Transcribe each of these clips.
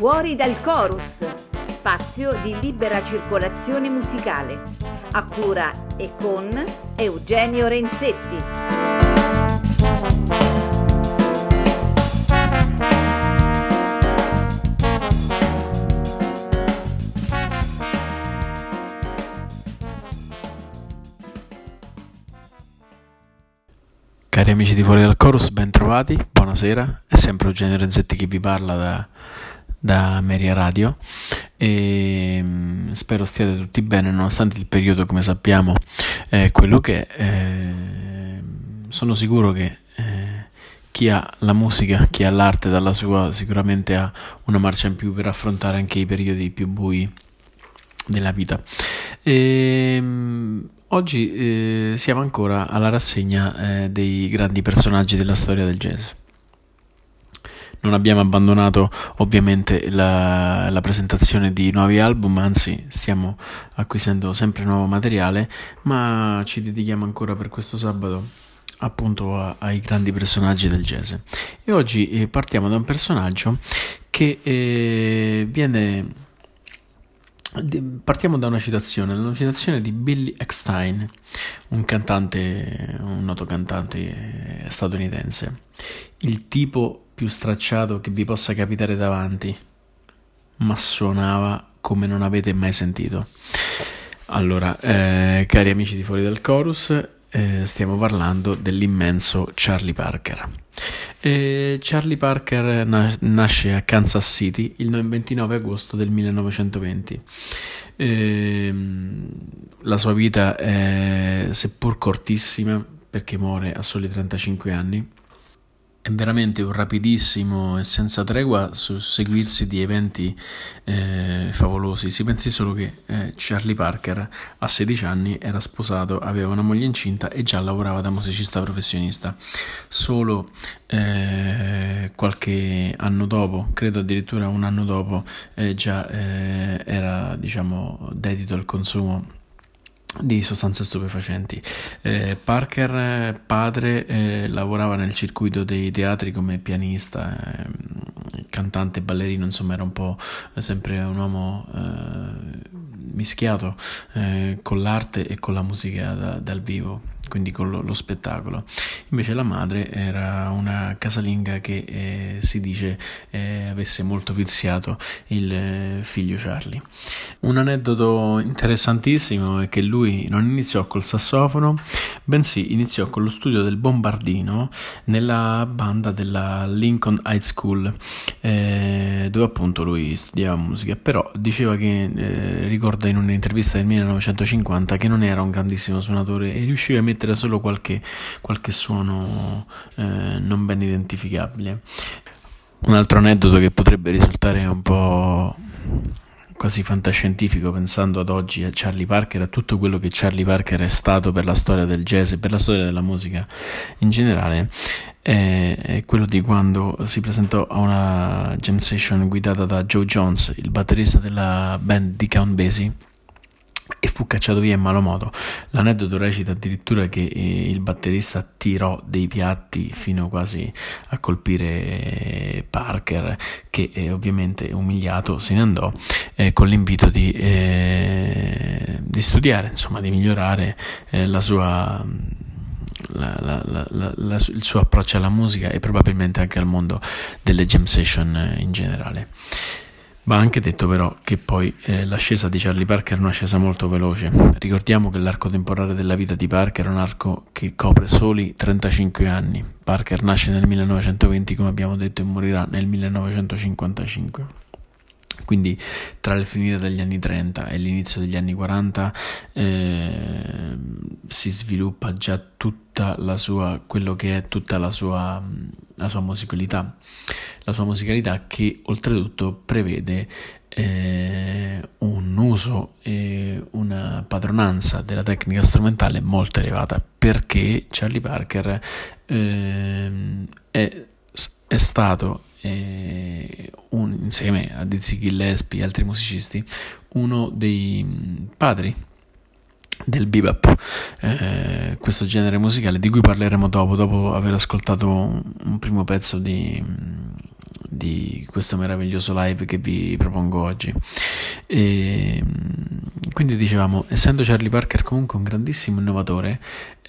Fuori dal Chorus, spazio di libera circolazione musicale, a cura e con Eugenio Renzetti. Cari amici di Fuori dal Chorus, ben trovati, buonasera, è sempre Eugenio Renzetti che vi parla da Meria Radio e spero stiate tutti bene nonostante il periodo, come sappiamo, è quello che è. Sono sicuro che chi ha la musica, chi ha l'arte dalla sua, sicuramente ha una marcia in più per affrontare anche i periodi più bui della vita. Oggi siamo ancora alla rassegna dei grandi personaggi della storia del jazz. Non abbiamo abbandonato ovviamente la presentazione di nuovi album, anzi stiamo acquisendo sempre nuovo materiale, ma ci dedichiamo ancora per questo sabato appunto ai grandi personaggi del jazz. E oggi partiamo da un personaggio che viene... Partiamo da una citazione di Billy Eckstine, un noto cantante statunitense. Il tipo più stracciato che vi possa capitare davanti, ma suonava come non avete mai sentito. Allora, cari amici di Fuori dal Chorus, stiamo parlando dell'immenso Charlie Parker. Charlie Parker nasce a Kansas City il 29 agosto del 1920. La sua vita è seppur cortissima, perché muore a soli 35 anni. È veramente un rapidissimo e senza tregua susseguirsi di eventi favolosi. Si pensi solo che Charlie Parker a 16 anni era sposato, aveva una moglie incinta e già lavorava da musicista professionista. Solo qualche anno dopo, credo addirittura un anno dopo, già era, diciamo, dedito al consumo di sostanze stupefacenti. Parker, padre, lavorava nel circuito dei teatri come pianista, cantante, ballerino, insomma era un po' sempre un uomo mischiato con l'arte e con la musica dal vivo, quindi con lo spettacolo. Invece la madre era una casalinga che si dice avesse molto viziato il figlio Charlie. Un aneddoto interessantissimo è che lui non iniziò col sassofono, bensì iniziò con lo studio del bombardino nella banda della Lincoln High School, dove appunto lui studiava musica, però diceva che ricorda in un'intervista del 1950 che non era un grandissimo suonatore e riusciva a mettere solo qualche suono non ben identificabile. Un altro aneddoto che potrebbe risultare un po' quasi fantascientifico, pensando ad oggi a Charlie Parker, a tutto quello che Charlie Parker è stato per la storia del jazz e per la storia della musica in generale, è quello di quando si presentò a una jam session guidata da Joe Jones, il batterista della band di Count Basie, e fu cacciato via in malo modo. L'aneddoto recita addirittura che il batterista tirò dei piatti fino quasi a colpire Parker, che ovviamente umiliato se ne andò con l'invito di studiare, insomma di migliorare il suo approccio alla musica e probabilmente anche al mondo delle jam session in generale. Va anche detto però che poi l'ascesa di Charlie Parker è un'ascesa molto veloce. Ricordiamo che l'arco temporale della vita di Parker è un arco che copre soli 35 anni. Parker nasce nel 1920, come abbiamo detto, e morirà nel 1955. Quindi tra il finire degli anni 30 e l'inizio degli anni 40 si sviluppa già tutta la sua musicalità. La sua musicalità che oltretutto prevede un uso e una padronanza della tecnica strumentale molto elevata, perché Charlie Parker è stato insieme a Dizzy Gillespie e altri musicisti uno dei padri del bebop, questo genere musicale di cui parleremo dopo aver ascoltato un primo pezzo di di questo meraviglioso live che vi propongo oggi. E quindi dicevamo, essendo Charlie Parker comunque un grandissimo innovatore,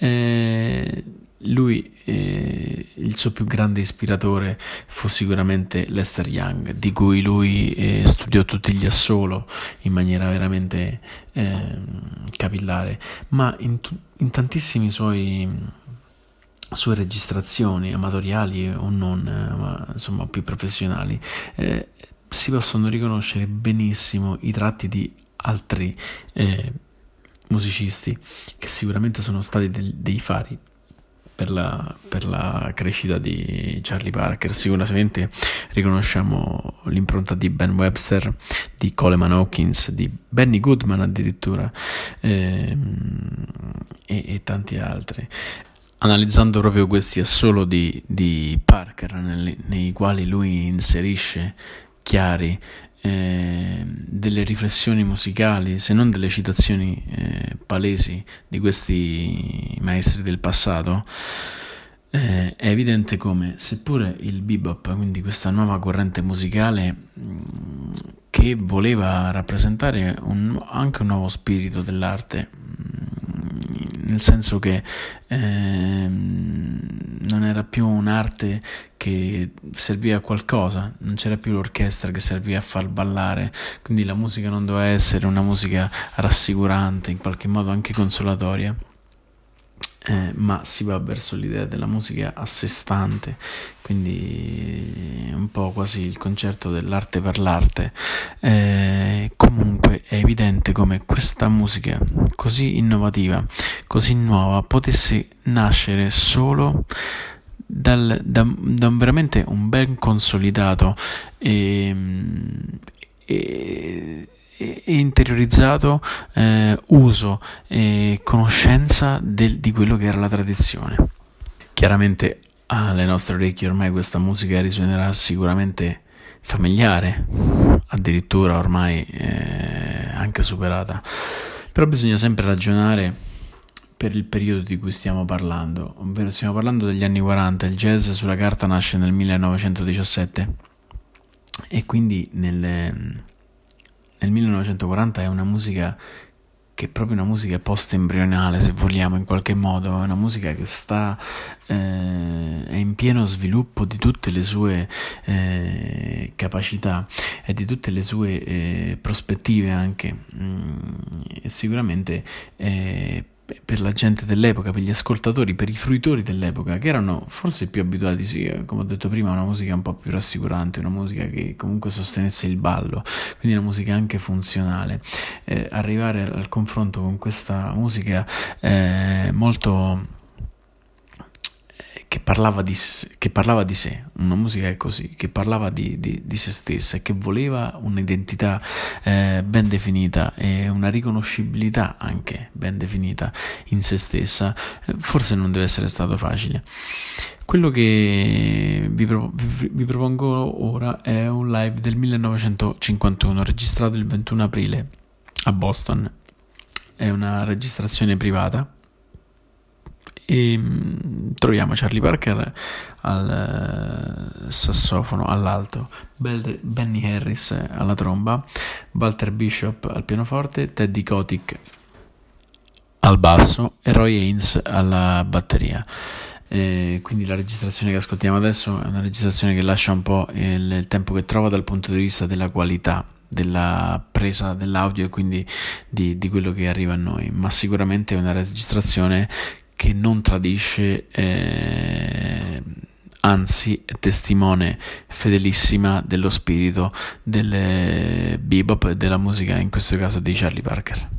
lui, il suo più grande ispiratore fu sicuramente Lester Young, di cui lui studiò tutti gli assolo in maniera veramente capillare, ma in tantissimi sue registrazioni amatoriali o non, ma insomma più professionali, si possono riconoscere benissimo i tratti di altri musicisti che sicuramente sono stati dei fari per la crescita di Charlie Parker. Sicuramente riconosciamo l'impronta di Ben Webster, di Coleman Hawkins, di Benny Goodman addirittura, e tanti altri. Analizzando proprio questi assolo di Parker, nei quali lui inserisce chiari delle riflessioni musicali, se non delle citazioni palesi di questi maestri del passato, è evidente come, seppure il bebop, quindi questa nuova corrente musicale che voleva rappresentare anche un nuovo spirito dell'arte, nel senso che non era più un'arte che serviva a qualcosa, non c'era più l'orchestra che serviva a far ballare, quindi la musica non doveva essere una musica rassicurante, in qualche modo anche consolatoria, ma si va verso l'idea della musica a sé stante, quindi un po' quasi il concetto dell'arte per l'arte. Comunque è evidente come questa musica così innovativa, così nuova, potesse nascere solo da veramente un ben consolidato e interiorizzato uso e conoscenza di quello che era la tradizione. Chiaramente alle nostre orecchie ormai questa musica risuonerà sicuramente familiare, addirittura ormai anche superata, però bisogna sempre ragionare per il periodo di cui stiamo parlando, ovvero stiamo parlando degli anni 40. Il jazz sulla carta nasce nel 1917 e quindi nel 1940 è una musica che è proprio una musica post-embrionale, se vogliamo, in qualche modo, è una musica che è in pieno sviluppo di tutte le sue capacità e di tutte le sue prospettive anche, e sicuramente per la gente dell'epoca, per gli ascoltatori, per i fruitori dell'epoca, che erano forse più abituati, sì, come ho detto prima, a una musica un po' più rassicurante, una musica che comunque sostenesse il ballo, quindi una musica anche funzionale. Arrivare al confronto con questa musica molto che parlava di sé, una musica così, che parlava di se stessa e che voleva un'identità ben definita e una riconoscibilità anche ben definita in se stessa, forse non deve essere stato facile. Quello che vi propongo ora è un live del 1951 registrato il 21 aprile a Boston. È una registrazione privata e troviamo Charlie Parker al sassofono, all'alto, Benny Harris alla tromba, Walter Bishop al pianoforte, Teddy Kotick al basso e Roy Haynes alla batteria. Quindi la registrazione che ascoltiamo adesso è una registrazione che lascia un po' il tempo che trova dal punto di vista della qualità della presa dell'audio e quindi di quello che arriva a noi, ma sicuramente è una registrazione che non tradisce, anzi è testimone fedelissima dello spirito del bebop e della musica, in questo caso di Charlie Parker.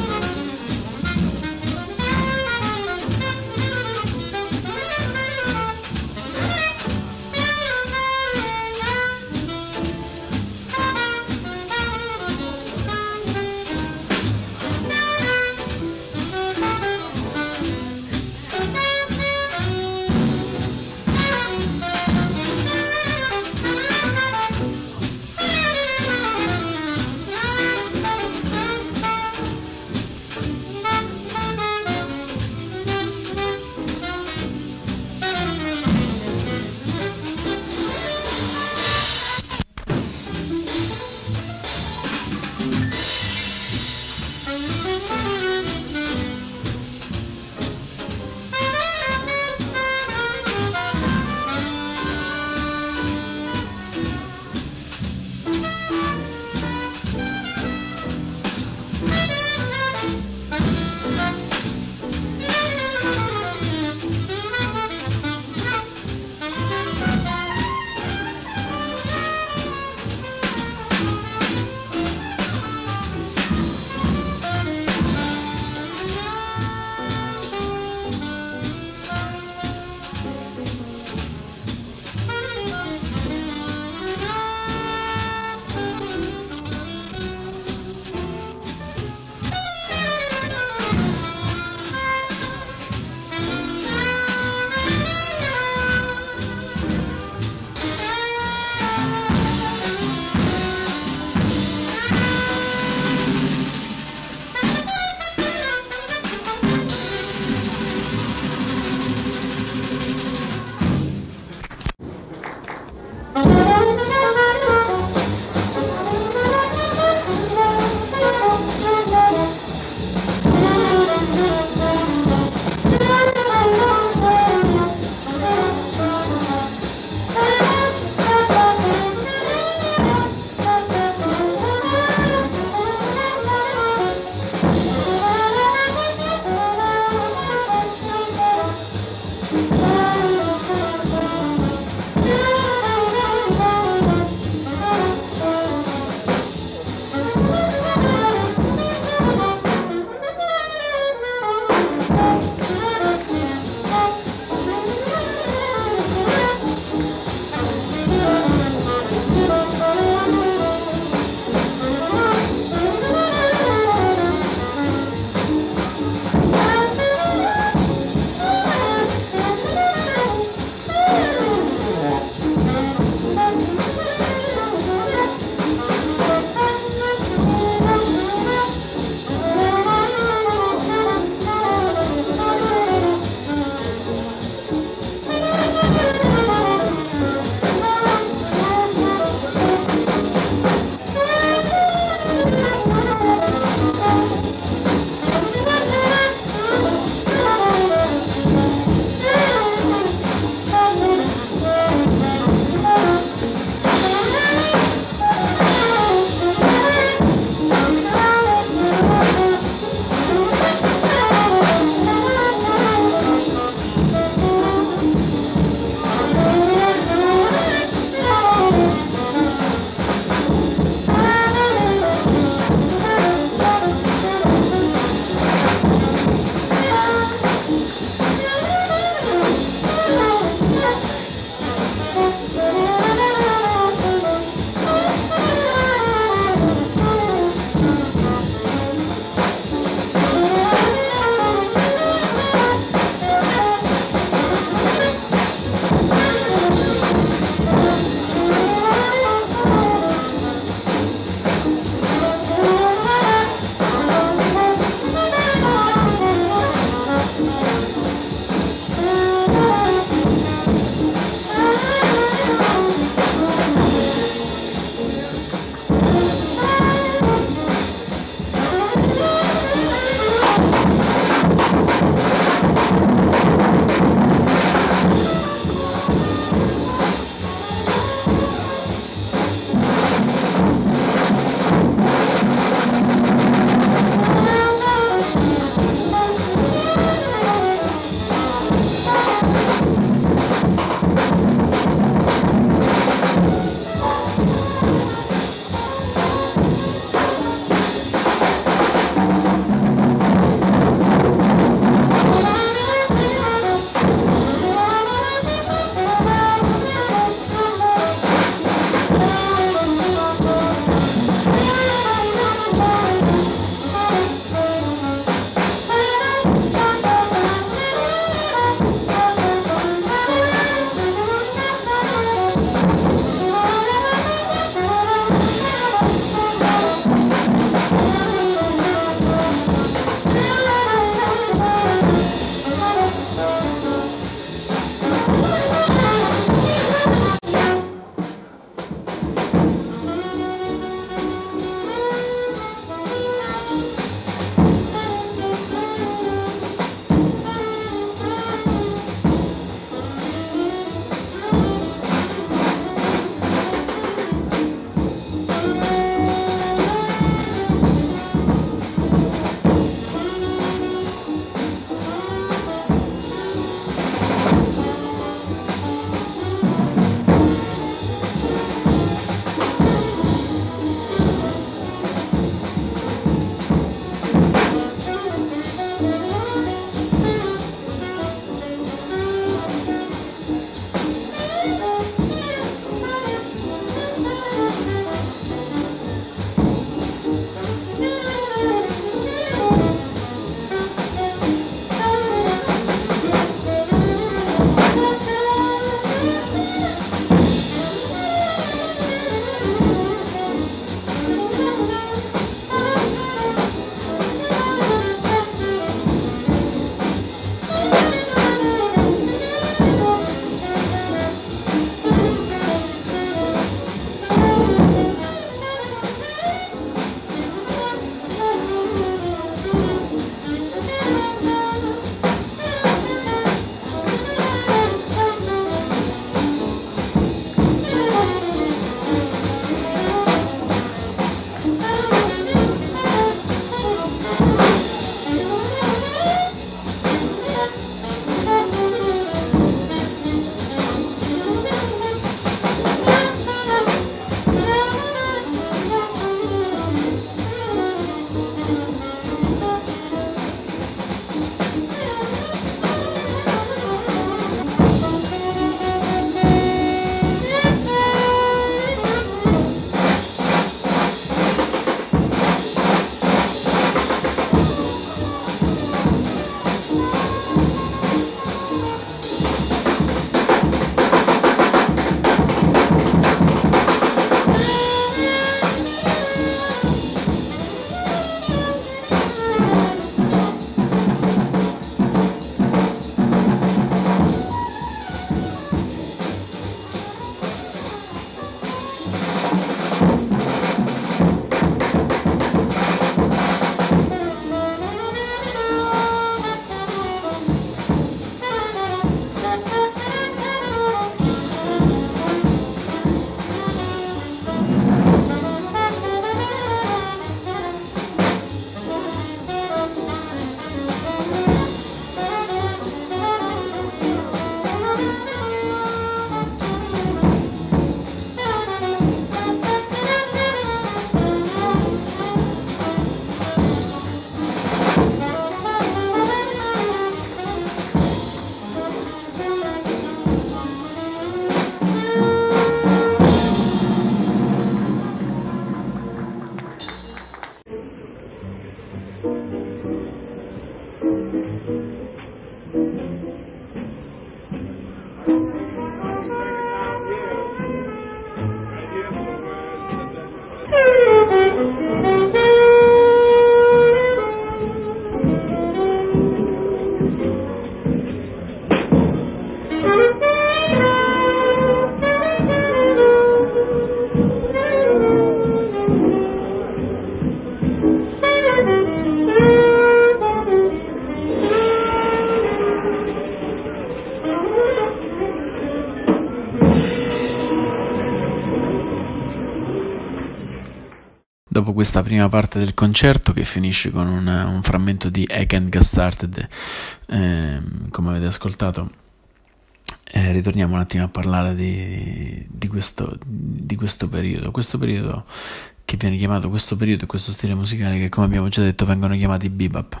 Dopo questa prima parte del concerto, che finisce con un frammento di I Can't Get Started, come avete ascoltato, ritorniamo un attimo a parlare di questo periodo che viene chiamato, questo periodo e questo stile musicale che, come abbiamo già detto, vengono chiamati bebop.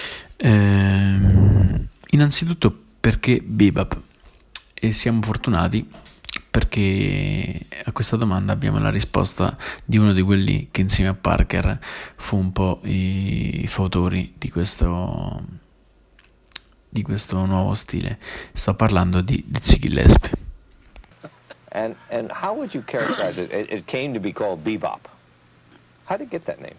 Innanzitutto, perché bebop? E siamo fortunati perché a questa domanda abbiamo la risposta di uno di quelli che insieme a Parker fu un po' i fautori di questo nuovo stile. Sto parlando di Dizzy Gillespie. And how would you characterize it? It came to be called bebop. How did it get that name?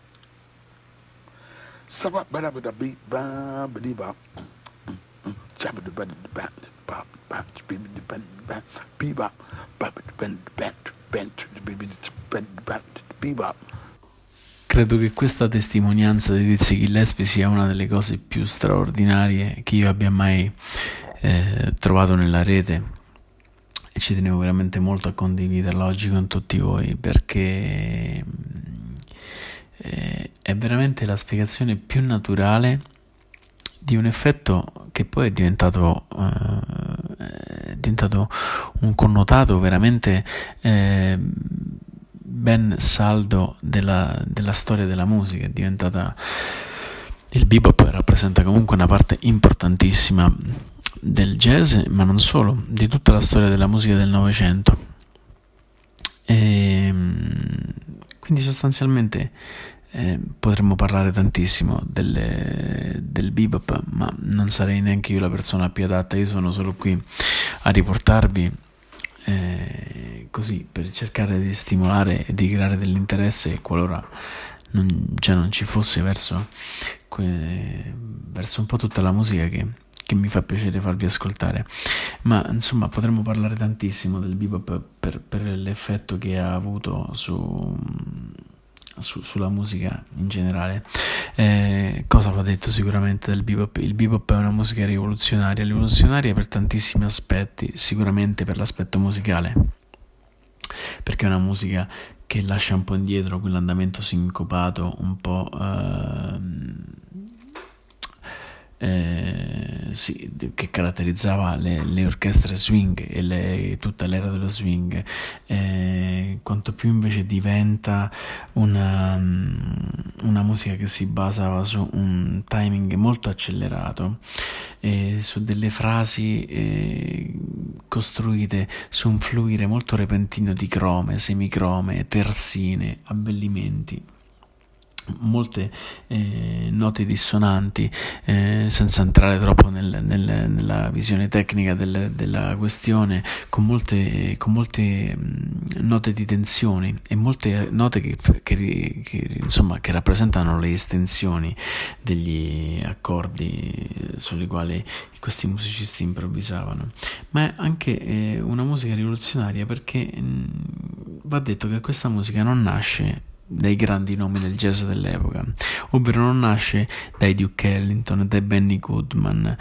Credo che questa testimonianza di Dizzy Gillespie sia una delle cose più straordinarie che io abbia mai trovato nella rete, e ci tenevo veramente molto a condividerla oggi con tutti voi, perché è veramente la spiegazione più naturale di un effetto che poi è diventato un connotato veramente ben saldo della storia della musica. È diventata, il bebop rappresenta comunque una parte importantissima del jazz, ma non solo, di tutta la storia della musica del Novecento. Quindi sostanzialmente potremmo parlare tantissimo del bebop, ma non sarei neanche io la persona più adatta. Io sono solo qui a riportarvi così, per cercare di stimolare e di creare dell'interesse, qualora non ci fosse, verso un po' tutta la musica che mi fa piacere farvi ascoltare. Ma insomma, potremmo parlare tantissimo del bebop per l'effetto che ha avuto sulla musica in generale. Cosa va detto sicuramente del bebop? Il bebop è una musica rivoluzionaria per tantissimi aspetti, sicuramente per l'aspetto musicale, perché è una musica che lascia un po' indietro quell'andamento sincopato un po' che caratterizzava le orchestre swing e tutta l'era dello swing. Quanto più invece diventa una musica che si basava su un timing molto accelerato, su delle frasi costruite su un fluire molto repentino di crome, semicrome, terzine, abbellimenti, molte note dissonanti, senza entrare troppo nella visione tecnica della questione, con molte note di tensioni e molte note che rappresentano le estensioni degli accordi sui quali questi musicisti improvvisavano. Ma è anche una musica rivoluzionaria, perché va detto che questa musica non nasce dai grandi nomi del jazz dell'epoca, ovvero non nasce dai Duke Ellington, dai Benny Goodman,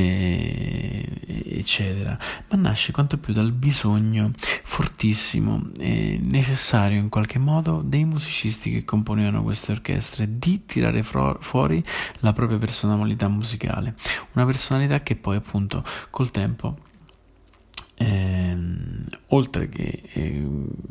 eccetera, ma nasce quanto più dal bisogno fortissimo e necessario in qualche modo dei musicisti che componevano queste orchestre di tirare fuori la propria personalità musicale, una personalità che poi appunto col tempo, oltre che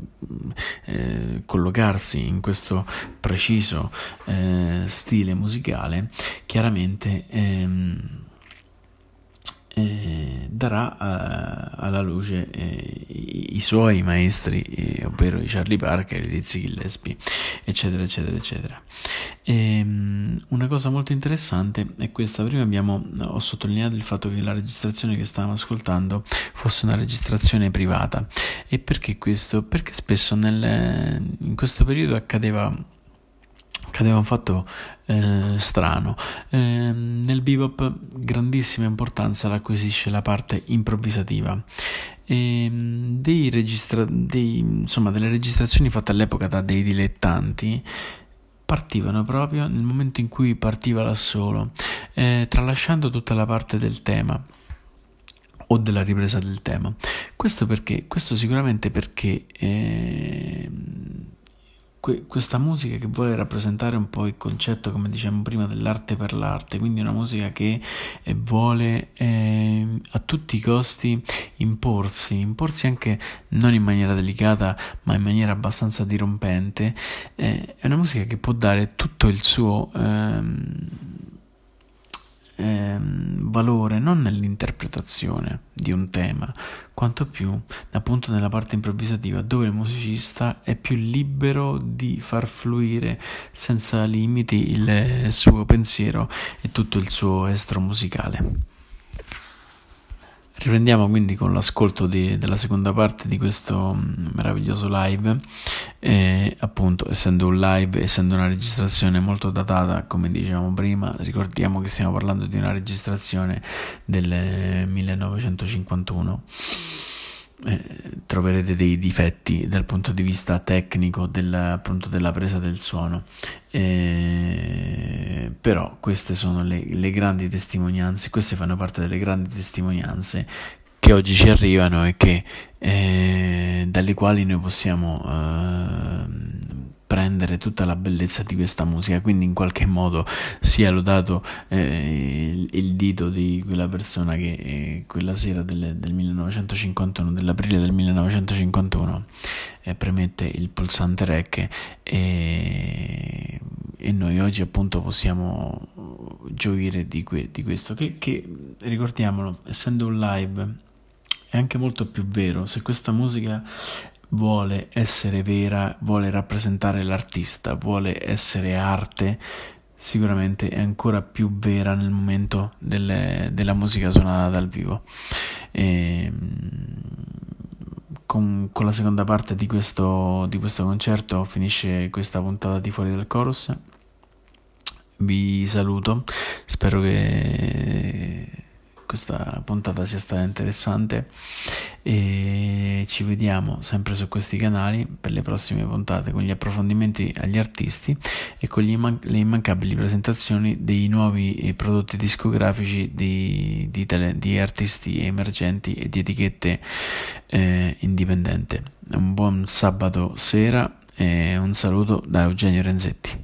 collocarsi in questo preciso stile musicale, chiaramente darà alla luce i suoi maestri, ovvero i Charlie Parker, i Dizzy Gillespie, eccetera eccetera eccetera. Una cosa molto interessante è questa: prima ho sottolineato il fatto che la registrazione che stavamo ascoltando fosse una registrazione privata. E perché questo? Perché spesso in questo periodo accadeva un fatto strano. Nel bebop grandissima importanza l'acquisisce la parte improvvisativa. Delle registrazioni fatte all'epoca da dei dilettanti partivano proprio nel momento in cui partiva l'assolo, tralasciando tutta la parte del tema o della ripresa del tema. Questo sicuramente perché questa musica che vuole rappresentare un po' il concetto, come dicevamo prima, dell'arte per l'arte, quindi una musica che vuole a tutti i costi imporsi anche non in maniera delicata ma in maniera abbastanza dirompente, è una musica che può dare tutto il suo valore non nell'interpretazione di un tema, quanto più appunto nella parte improvvisativa, dove il musicista è più libero di far fluire senza limiti il suo pensiero e tutto il suo estro musicale. Riprendiamo quindi con l'ascolto della seconda parte di questo meraviglioso live. Appunto, essendo un live, essendo una registrazione molto datata, come dicevamo prima, ricordiamo che stiamo parlando di una registrazione del 1951. Troverete dei difetti dal punto di vista tecnico appunto della presa del suono, però queste sono le grandi testimonianze, queste fanno parte delle grandi testimonianze che oggi ci arrivano e che dalle quali noi possiamo prendere tutta la bellezza di questa musica. Quindi in qualche modo sia lodato il dito di quella persona che quella sera del 1951, dell'aprile del 1951, premette il pulsante REC e noi oggi appunto possiamo gioire di questo che ricordiamolo, essendo un live è anche molto più vero. Se questa musica vuole essere vera, vuole rappresentare l'artista, vuole essere arte, sicuramente è ancora più vera nel momento della musica suonata dal vivo. Con la seconda parte di questo concerto finisce questa puntata di Fuori dal Chorus. Vi saluto, spero che questa puntata sia stata interessante e ci vediamo sempre su questi canali per le prossime puntate con gli approfondimenti agli artisti e con le immancabili presentazioni dei nuovi prodotti discografici di artisti emergenti e di etichette indipendente. Un buon sabato sera e un saluto da Eugenio Renzetti.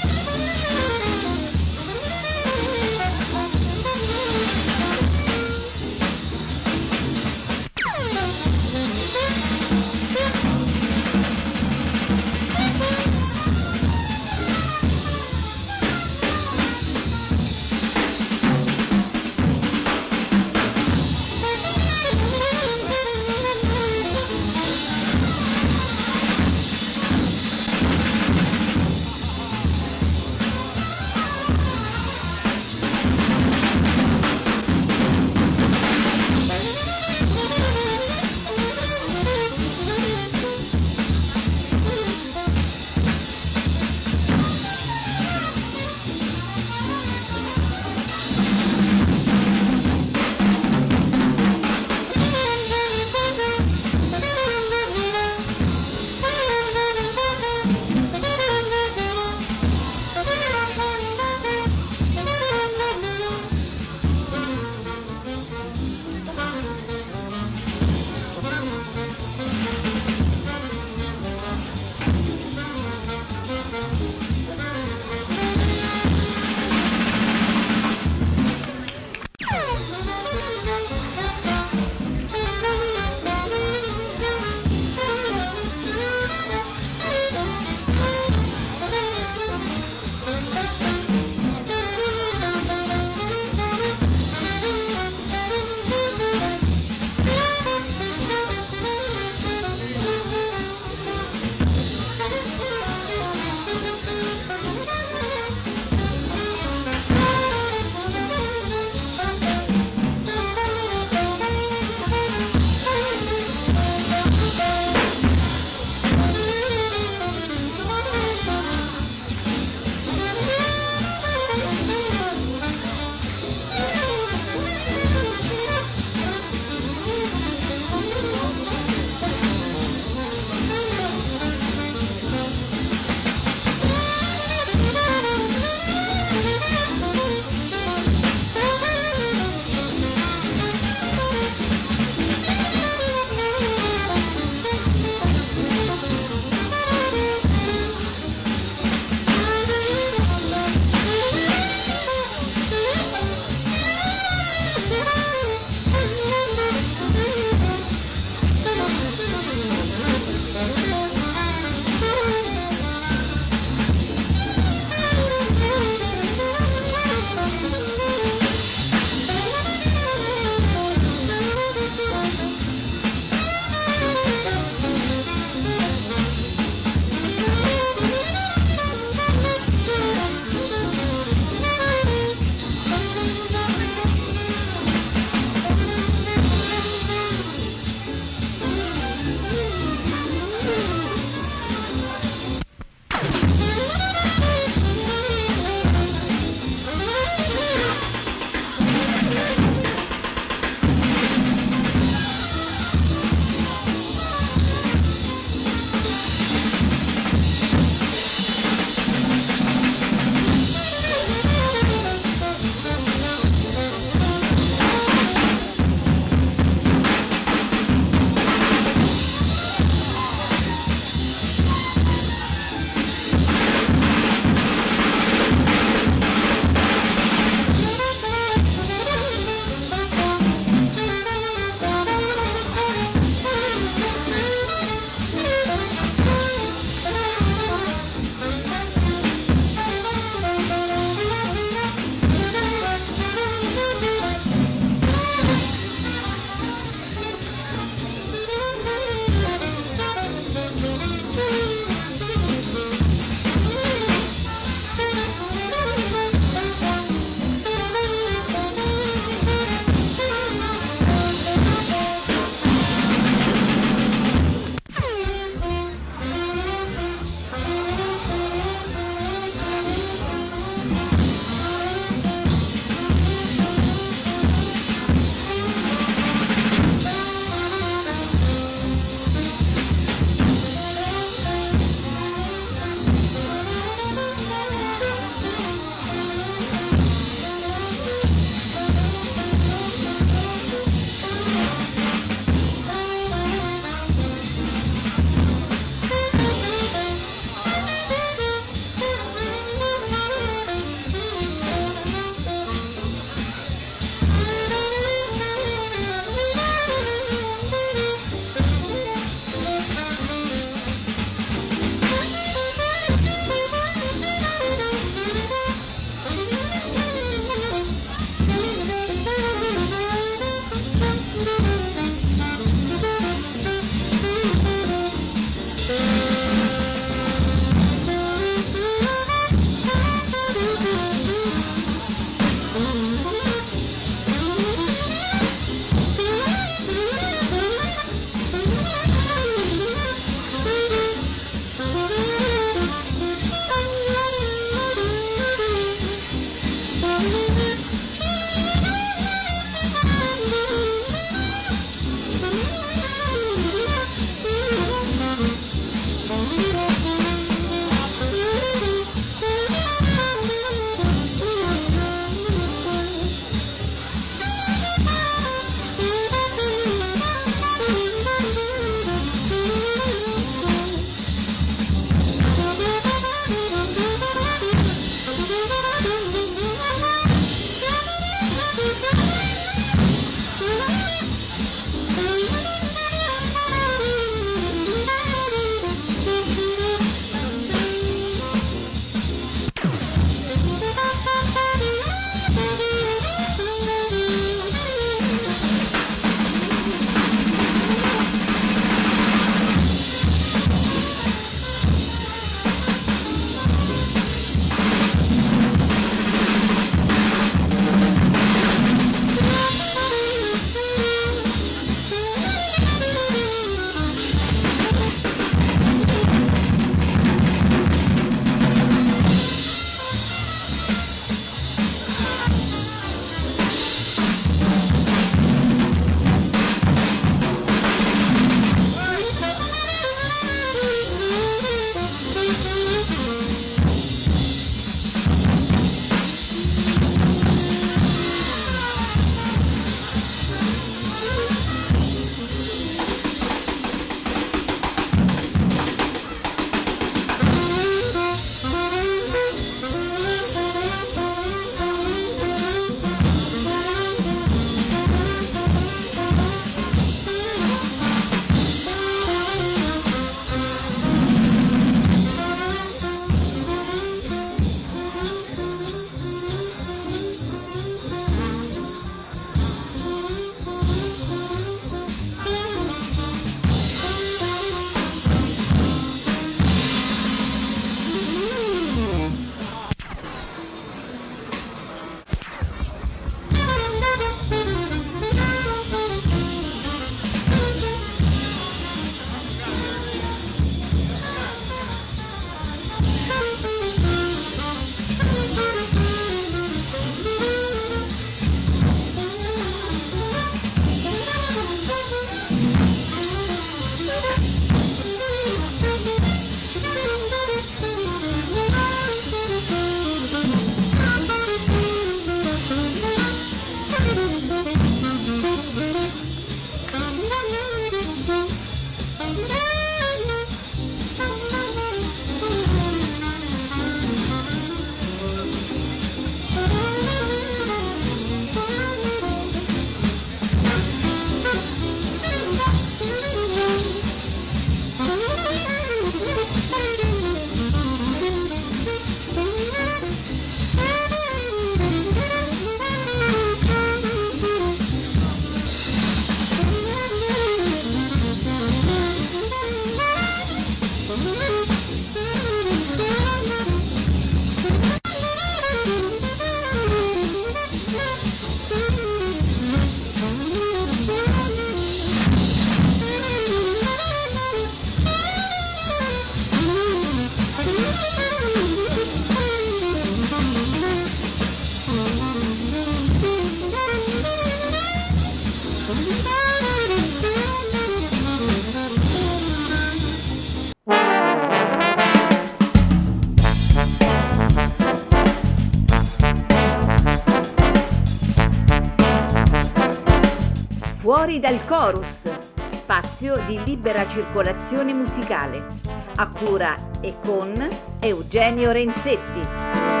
Fuori dal chorus, spazio di libera circolazione musicale, a cura e con Eugenio Renzetti.